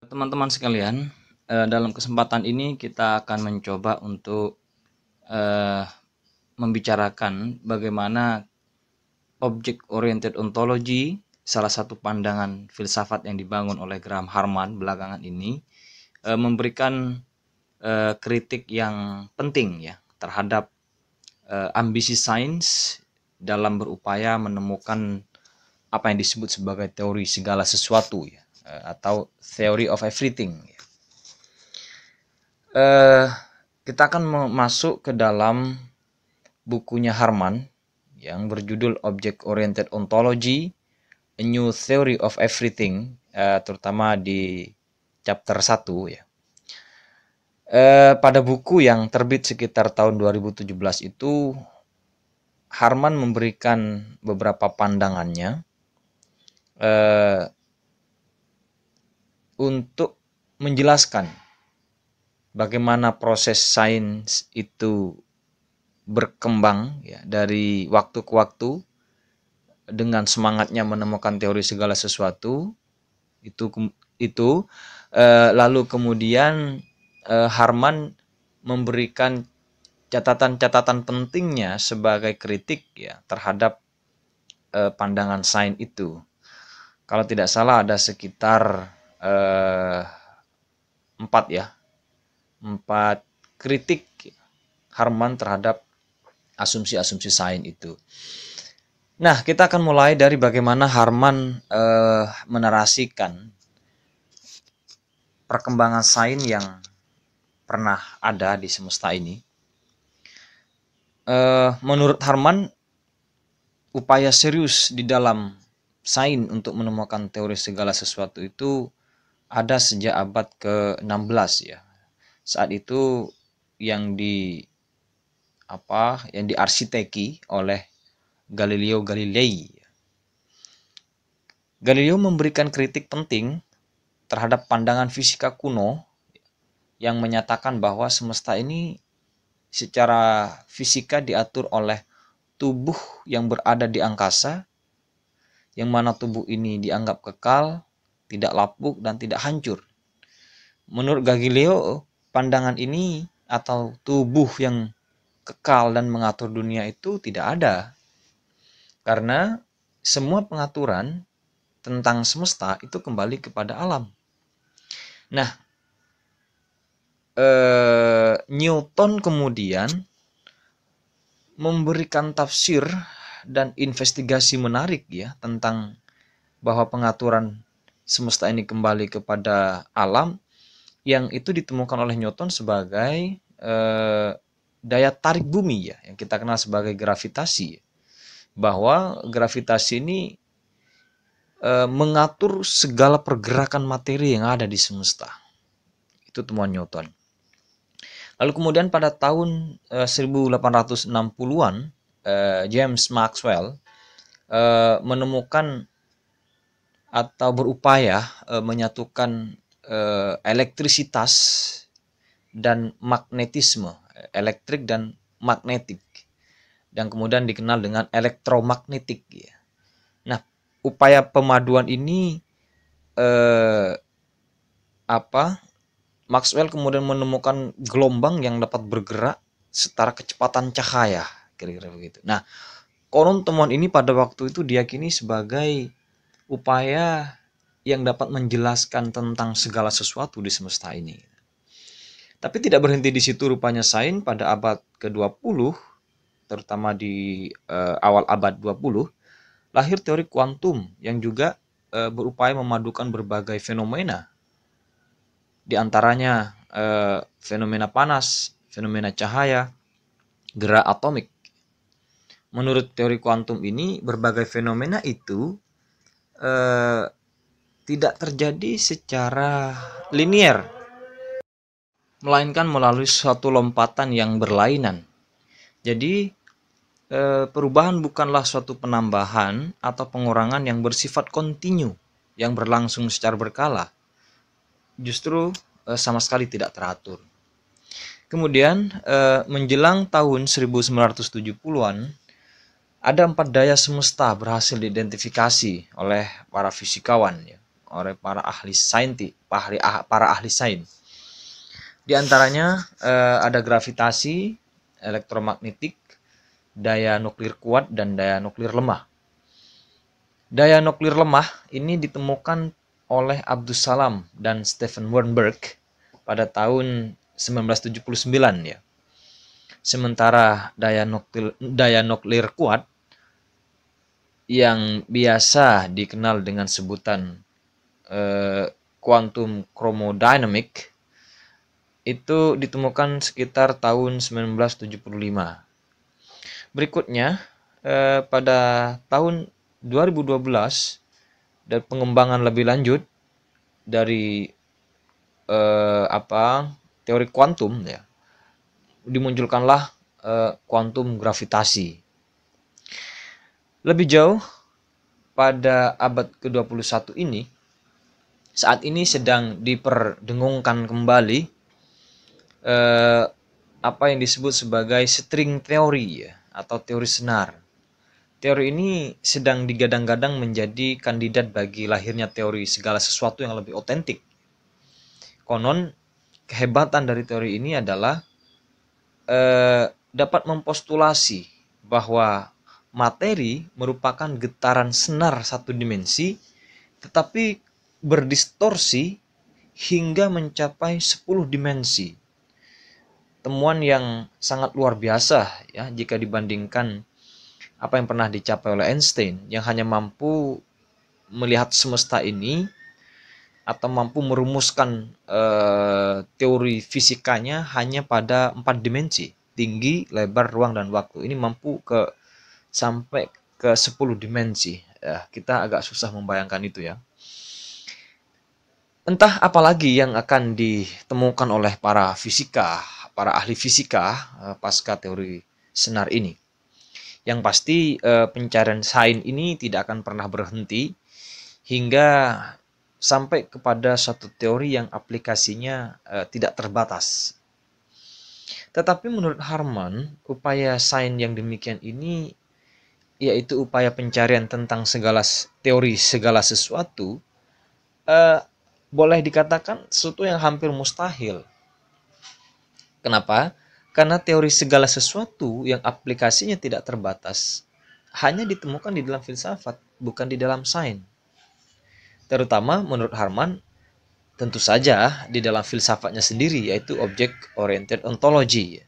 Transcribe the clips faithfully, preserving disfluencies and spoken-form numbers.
Teman-teman sekalian, eh, dalam kesempatan ini kita akan mencoba untuk eh, membicarakan bagaimana object oriented ontology, salah satu pandangan filsafat yang dibangun oleh Graham Harman belakangan ini, eh, memberikan eh, kritik yang penting ya terhadap eh, ambisi sains dalam berupaya menemukan apa yang disebut sebagai teori segala sesuatu ya, eh, atau theory of everything. Eh, kita akan masuk ke dalam bukunya Harman yang berjudul Object Oriented Ontology, A New Theory of Everything, eh, terutama di chapter satu ya. Eh, pada buku yang terbit sekitar tahun dua ribu tujuh belas itu, Harman memberikan beberapa pandangannya eh, untuk menjelaskan bagaimana proses sains itu berkembang ya dari waktu ke waktu dengan semangatnya menemukan teori segala sesuatu itu itu eh, lalu kemudian eh, Harman memberikan catatan-catatan pentingnya sebagai kritik ya terhadap eh, pandangan sains itu. Kalau tidak salah ada sekitar eh, empat ya empat kritik Harman terhadap asumsi-asumsi sains itu. Nah, kita akan mulai dari bagaimana Harman eh, menarasikan perkembangan sains yang pernah ada di semesta ini. Eh, menurut Harman, upaya serius di dalam sains untuk menemukan teori segala sesuatu itu ada sejak abad ke enam belas ya. Saat itu yang di apa yang diarsiteki oleh Galileo Galilei. Galileo memberikan kritik penting terhadap pandangan fisika kuno yang menyatakan bahwa semesta ini secara fisika diatur oleh tubuh yang berada di angkasa, yang mana tubuh ini dianggap kekal, tidak lapuk, dan tidak hancur. Menurut Galileo, pandangan ini atau tubuh yang kekal dan mengatur dunia itu tidak ada. Karena semua pengaturan tentang semesta itu kembali kepada alam. Nah, eh, Newton kemudian memberikan tafsir dan investigasi menarik ya tentang bahwa pengaturan semesta ini kembali kepada alam, yang itu ditemukan oleh Newton sebagai eh, daya tarik bumi ya, yang kita kenal sebagai gravitasi. Bahwa gravitasi ini e, mengatur segala pergerakan materi yang ada di semesta. Itu temuan Newton. Lalu kemudian pada tahun e, seribu delapan ratus enam puluhan, e, James Maxwell e, menemukan atau berupaya e, menyatukan e, elektrisitas dan magnetisme, elektrik dan magnetik, dan kemudian dikenal dengan elektromagnetik. Nah, upaya pemaduan ini eh, apa? Maxwell kemudian menemukan gelombang yang dapat bergerak setara kecepatan cahaya, kira-kira begitu. Nah, konon temuan ini pada waktu itu diyakini sebagai upaya yang dapat menjelaskan tentang segala sesuatu di semesta ini. Tapi tidak berhenti di situ rupanya sains pada abad ke dua puluh, terutama di uh, awal abad dua puluh, lahir teori kuantum yang juga uh, berupaya memadukan berbagai fenomena. Di antaranya uh, fenomena panas, fenomena cahaya, gerak atomik. Menurut teori kuantum ini, berbagai fenomena itu uh, tidak terjadi secara linier, melainkan melalui suatu lompatan yang berlainan. Jadi perubahan bukanlah suatu penambahan atau pengurangan yang bersifat kontinu, yang berlangsung secara berkala. Justru sama sekali tidak teratur. Kemudian menjelang tahun seribu sembilan ratus tujuh puluhan, ada empat daya semesta berhasil diidentifikasi oleh para fisikawan. oleh para ahli saintis, para ahli sains. Di antaranya eh, ada gravitasi, elektromagnetik, daya nuklir kuat, dan daya nuklir lemah. Daya nuklir lemah ini ditemukan oleh Abdus Salam dan Stephen Weinberg pada tahun sembilan belas tujuh puluh sembilan ya. Sementara daya nuklir, daya nuklir kuat yang biasa dikenal dengan sebutan eh, quantum chromodynamic itu ditemukan sekitar tahun sembilan belas tujuh puluh lima. Berikutnya eh, pada tahun dua ribu dua belas dan pengembangan lebih lanjut dari eh, apa teori kuantum ya, dimunculkanlah eh, kuantum gravitasi. Lebih jauh pada abad ke dua puluh satu ini, saat ini sedang diperdengungkan kembali eh, apa yang disebut sebagai string theory ya, atau teori senar. Teori ini sedang digadang-gadang menjadi kandidat bagi lahirnya teori segala sesuatu yang lebih otentik. Konon, kehebatan dari teori ini adalah eh, dapat mempostulasi bahwa materi merupakan getaran senar satu dimensi, tetapi berdistorsi hingga mencapai sepuluh dimensi. Temuan yang sangat luar biasa ya jika dibandingkan apa yang pernah dicapai oleh Einstein yang hanya mampu melihat semesta ini atau mampu merumuskan eh, teori fisikanya hanya pada empat dimensi, tinggi, lebar, ruang, dan waktu. Ini mampu ke sampai ke sepuluh dimensi. Ya, kita agak susah membayangkan itu ya. Entah apalagi yang akan ditemukan oleh para fisika, para ahli fisika pasca teori senar ini. Yang pasti pencarian sains ini tidak akan pernah berhenti hingga sampai kepada suatu teori yang aplikasinya tidak terbatas. Tetapi menurut Harman, upaya sains yang demikian ini, yaitu upaya pencarian tentang segala teori segala sesuatu, eh, boleh dikatakan sesuatu yang hampir mustahil. Kenapa? Karena teori segala sesuatu yang aplikasinya tidak terbatas hanya ditemukan di dalam filsafat, bukan di dalam sains. Terutama menurut Harman, tentu saja di dalam filsafatnya sendiri, yaitu object oriented ontology.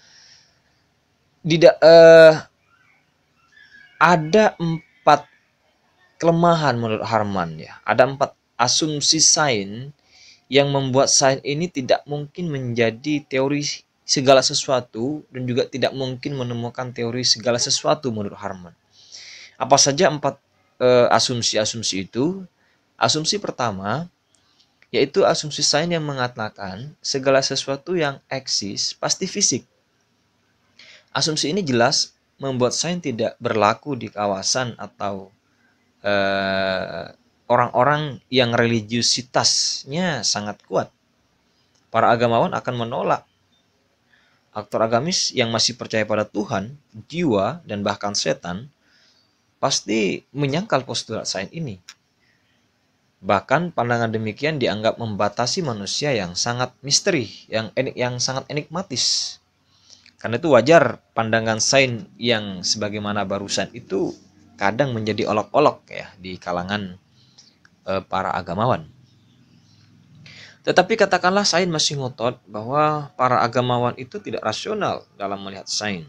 Tidak eh, ada empat kelemahan menurut Harman ya. Ada empat asumsi sains yang membuat sains ini tidak mungkin menjadi teori segala sesuatu dan juga tidak mungkin menemukan teori segala sesuatu menurut Harman. Apa saja empat eh, asumsi-asumsi itu? Asumsi pertama yaitu asumsi sains yang mengatakan segala sesuatu yang eksis pasti fisik. Asumsi ini jelas membuat sains tidak berlaku di kawasan atau eh, orang-orang yang religiusitasnya sangat kuat. Para agamawan akan menolak. Aktor agamis yang masih percaya pada Tuhan, jiwa, dan bahkan setan pasti menyangkal postulat sains ini. Bahkan pandangan demikian dianggap membatasi manusia yang sangat misteri, yang enik, yang sangat enigmatis. Karena itu wajar pandangan sains yang sebagaimana barusan itu kadang menjadi olok-olok ya di kalangan e, para agamawan. Tetapi katakanlah sains masih ngotot bahwa para agamawan itu tidak rasional dalam melihat sains.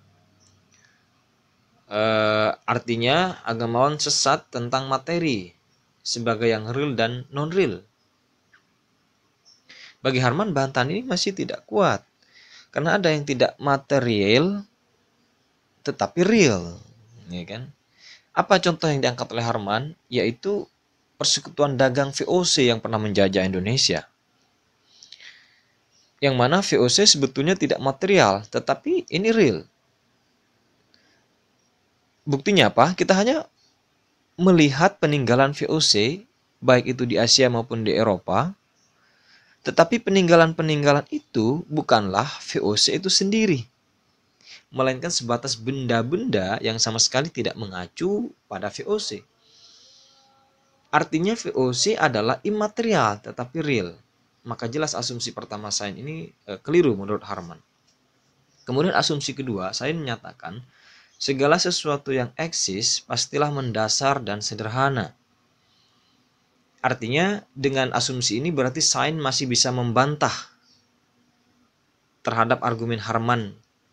E, artinya agamawan sesat tentang materi sebagai yang real dan non-real. Bagi Harman, bantahan ini masih tidak kuat. Karena ada yang tidak material tetapi real. Ya kan? Apa contoh yang diangkat oleh Harman? Yaitu persekutuan dagang V O C yang pernah menjajah Indonesia. Yang mana V O C sebetulnya tidak material, tetapi ini real. Buktinya apa? Kita hanya melihat peninggalan V O C, baik itu di Asia maupun di Eropa, tetapi peninggalan-peninggalan itu bukanlah V O C itu sendiri, melainkan sebatas benda-benda yang sama sekali tidak mengacu pada V O C. Artinya V O C adalah imaterial tetapi real. Maka jelas asumsi pertama Sain ini e, keliru menurut Harman. Kemudian asumsi kedua, Sain menyatakan segala sesuatu yang eksis pastilah mendasar dan sederhana. Artinya dengan asumsi ini berarti Sain masih bisa membantah terhadap argumen Harman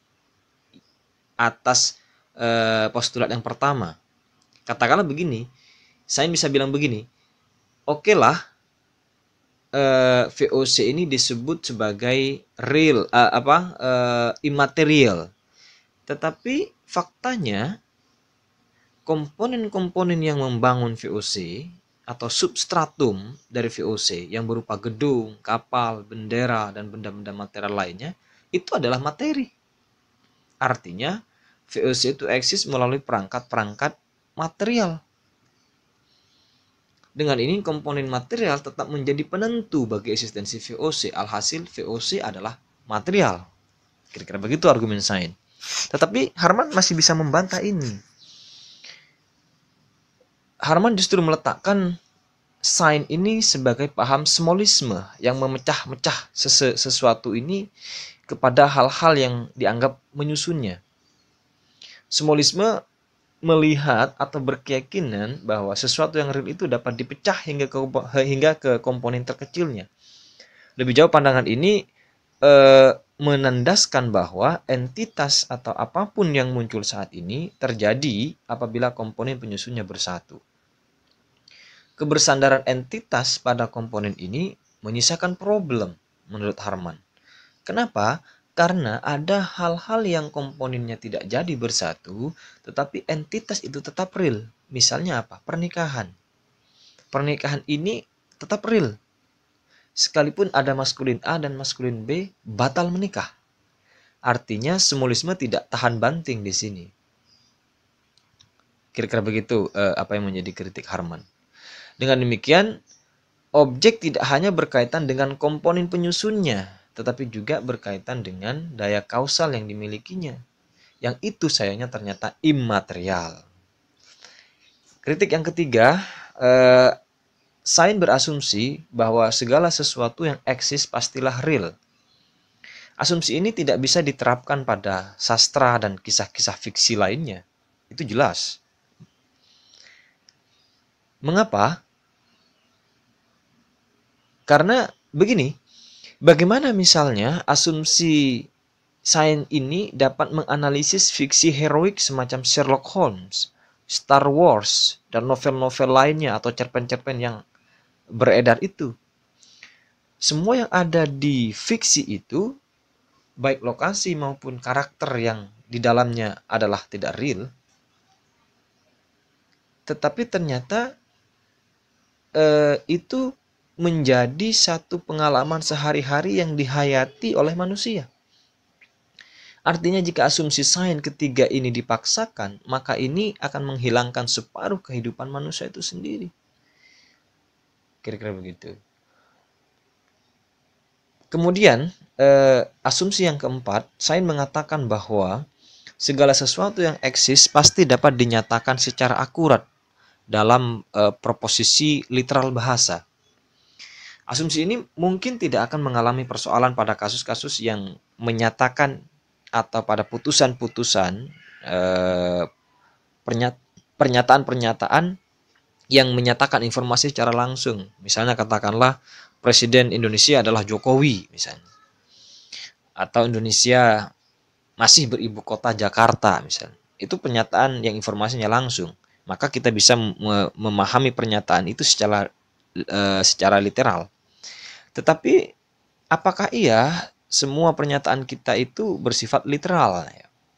atas e, postulat yang pertama. Katakanlah begini, Sain bisa bilang begini, oke okay lah uh, V O C ini disebut sebagai real, uh, apa uh, immaterial, tetapi faktanya komponen-komponen yang membangun V O C atau substratum dari V O C yang berupa gedung, kapal, bendera, dan benda-benda material lainnya itu adalah materi. Artinya V O C itu eksis melalui perangkat-perangkat material. Dengan ini komponen material tetap menjadi penentu bagi eksistensi V O C. Alhasil V O C adalah material. Kira-kira begitu argumen Sain. Tetapi Harman masih bisa membantah ini. Harman justru meletakkan Sain ini sebagai paham smolisme yang memecah-mecah sesu- sesuatu ini kepada hal-hal yang dianggap menyusunnya. Smolisme melihat atau berkeyakinan bahwa sesuatu yang real itu dapat dipecah hingga ke hingga ke komponen terkecilnya. Lebih jauh pandangan ini e, menandaskan bahwa entitas atau apapun yang muncul saat ini terjadi apabila komponen penyusunnya bersatu. Kebersandaran entitas pada komponen ini menyisakan problem menurut Harman. Kenapa? Karena ada hal-hal yang komponennya tidak jadi bersatu, tetapi entitas itu tetap real. Misalnya apa? Pernikahan. Pernikahan ini tetap real. Sekalipun ada maskulin A dan maskulin B, batal menikah. Artinya smolisme tidak tahan banting di sini. Kira-kira begitu eh, apa yang menjadi kritik Harman. Dengan demikian, objek tidak hanya berkaitan dengan komponen penyusunnya, tetapi juga berkaitan dengan daya kausal yang dimilikinya. Yang itu sayangnya ternyata immaterial. Kritik yang ketiga, eh, Sain berasumsi bahwa segala sesuatu yang eksis pastilah real. Asumsi ini tidak bisa diterapkan pada sastra dan kisah-kisah fiksi lainnya. Itu jelas. Mengapa? Karena begini, bagaimana misalnya asumsi Sain ini dapat menganalisis fiksi heroik semacam Sherlock Holmes, Star Wars, dan novel-novel lainnya atau cerpen-cerpen yang beredar itu. Semua yang ada di fiksi itu, baik lokasi maupun karakter yang di dalamnya adalah tidak real, tetapi ternyata eh, itu menjadi satu pengalaman sehari-hari yang dihayati oleh manusia. Artinya jika asumsi Sain ketiga ini dipaksakan, maka ini akan menghilangkan separuh kehidupan manusia itu sendiri. Kira-kira begitu. Kemudian, eh, asumsi yang keempat, Sain mengatakan bahwa segala sesuatu yang eksis pasti dapat dinyatakan secara akurat dalam eh, proposisi literal bahasa. Asumsi ini mungkin tidak akan mengalami persoalan pada kasus-kasus yang menyatakan atau pada putusan-putusan eh, pernyataan-pernyataan yang menyatakan informasi secara langsung. Misalnya katakanlah Presiden Indonesia adalah Jokowi misalnya. Atau Indonesia masih beribu kota Jakarta misalnya. Itu pernyataan yang informasinya langsung. Maka kita bisa memahami pernyataan itu secara eh, secara literal. Tetapi apakah iya semua pernyataan kita itu bersifat literal?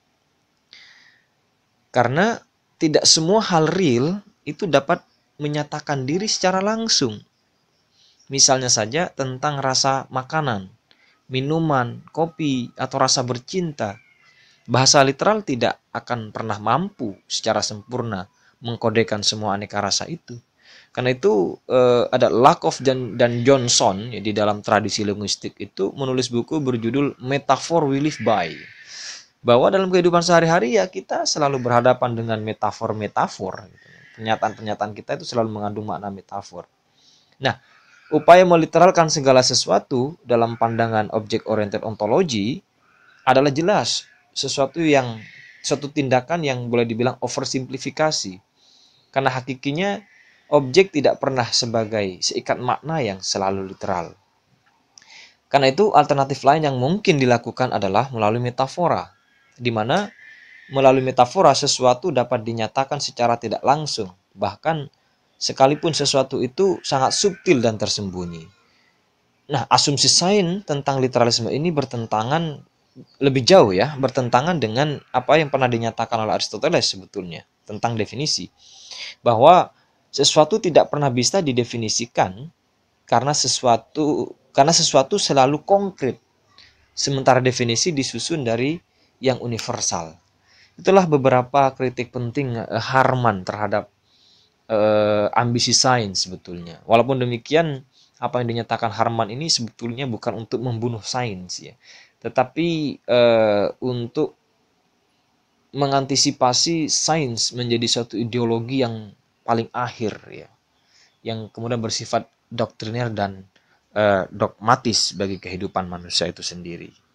Karena tidak semua hal real itu dapat menyatakan diri secara langsung. Misalnya saja tentang rasa makanan, minuman, kopi, atau rasa bercinta. Bahasa literal tidak akan pernah mampu secara sempurna mengkodekan semua aneka rasa itu. Karena itu eh, ada Lakoff dan, dan Johnson ya, di dalam tradisi linguistik itu menulis buku berjudul Metaphor We Live By. Bahwa dalam kehidupan sehari-hari ya kita selalu berhadapan dengan metafor-metafor. Gitu. Pernyataan-pernyataan kita itu selalu mengandung makna metafor. Nah, upaya meliteralkan segala sesuatu dalam pandangan object oriented ontology adalah jelas sesuatu yang suatu tindakan yang boleh dibilang oversimplifikasi. Karena hakikinya objek tidak pernah sebagai seikat makna yang selalu literal. Karena itu alternatif lain yang mungkin dilakukan adalah melalui metafora, di mana melalui metafora sesuatu dapat dinyatakan secara tidak langsung, bahkan sekalipun sesuatu itu sangat subtil dan tersembunyi. Nah, asumsi sains tentang literalisme ini bertentangan lebih jauh ya, bertentangan dengan apa yang pernah dinyatakan oleh Aristoteles sebetulnya tentang definisi. Bahwa sesuatu tidak pernah bisa didefinisikan karena sesuatu karena sesuatu selalu konkret. Sementara definisi disusun dari yang universal. Itulah beberapa kritik penting eh, Harman terhadap eh, ambisi sains sebetulnya. Walaupun demikian, apa yang dinyatakan Harman ini sebetulnya bukan untuk membunuh sains ya, tetapi eh, untuk mengantisipasi sains menjadi suatu ideologi yang paling akhir ya, yang kemudian bersifat doktriner dan eh, dogmatis bagi kehidupan manusia itu sendiri.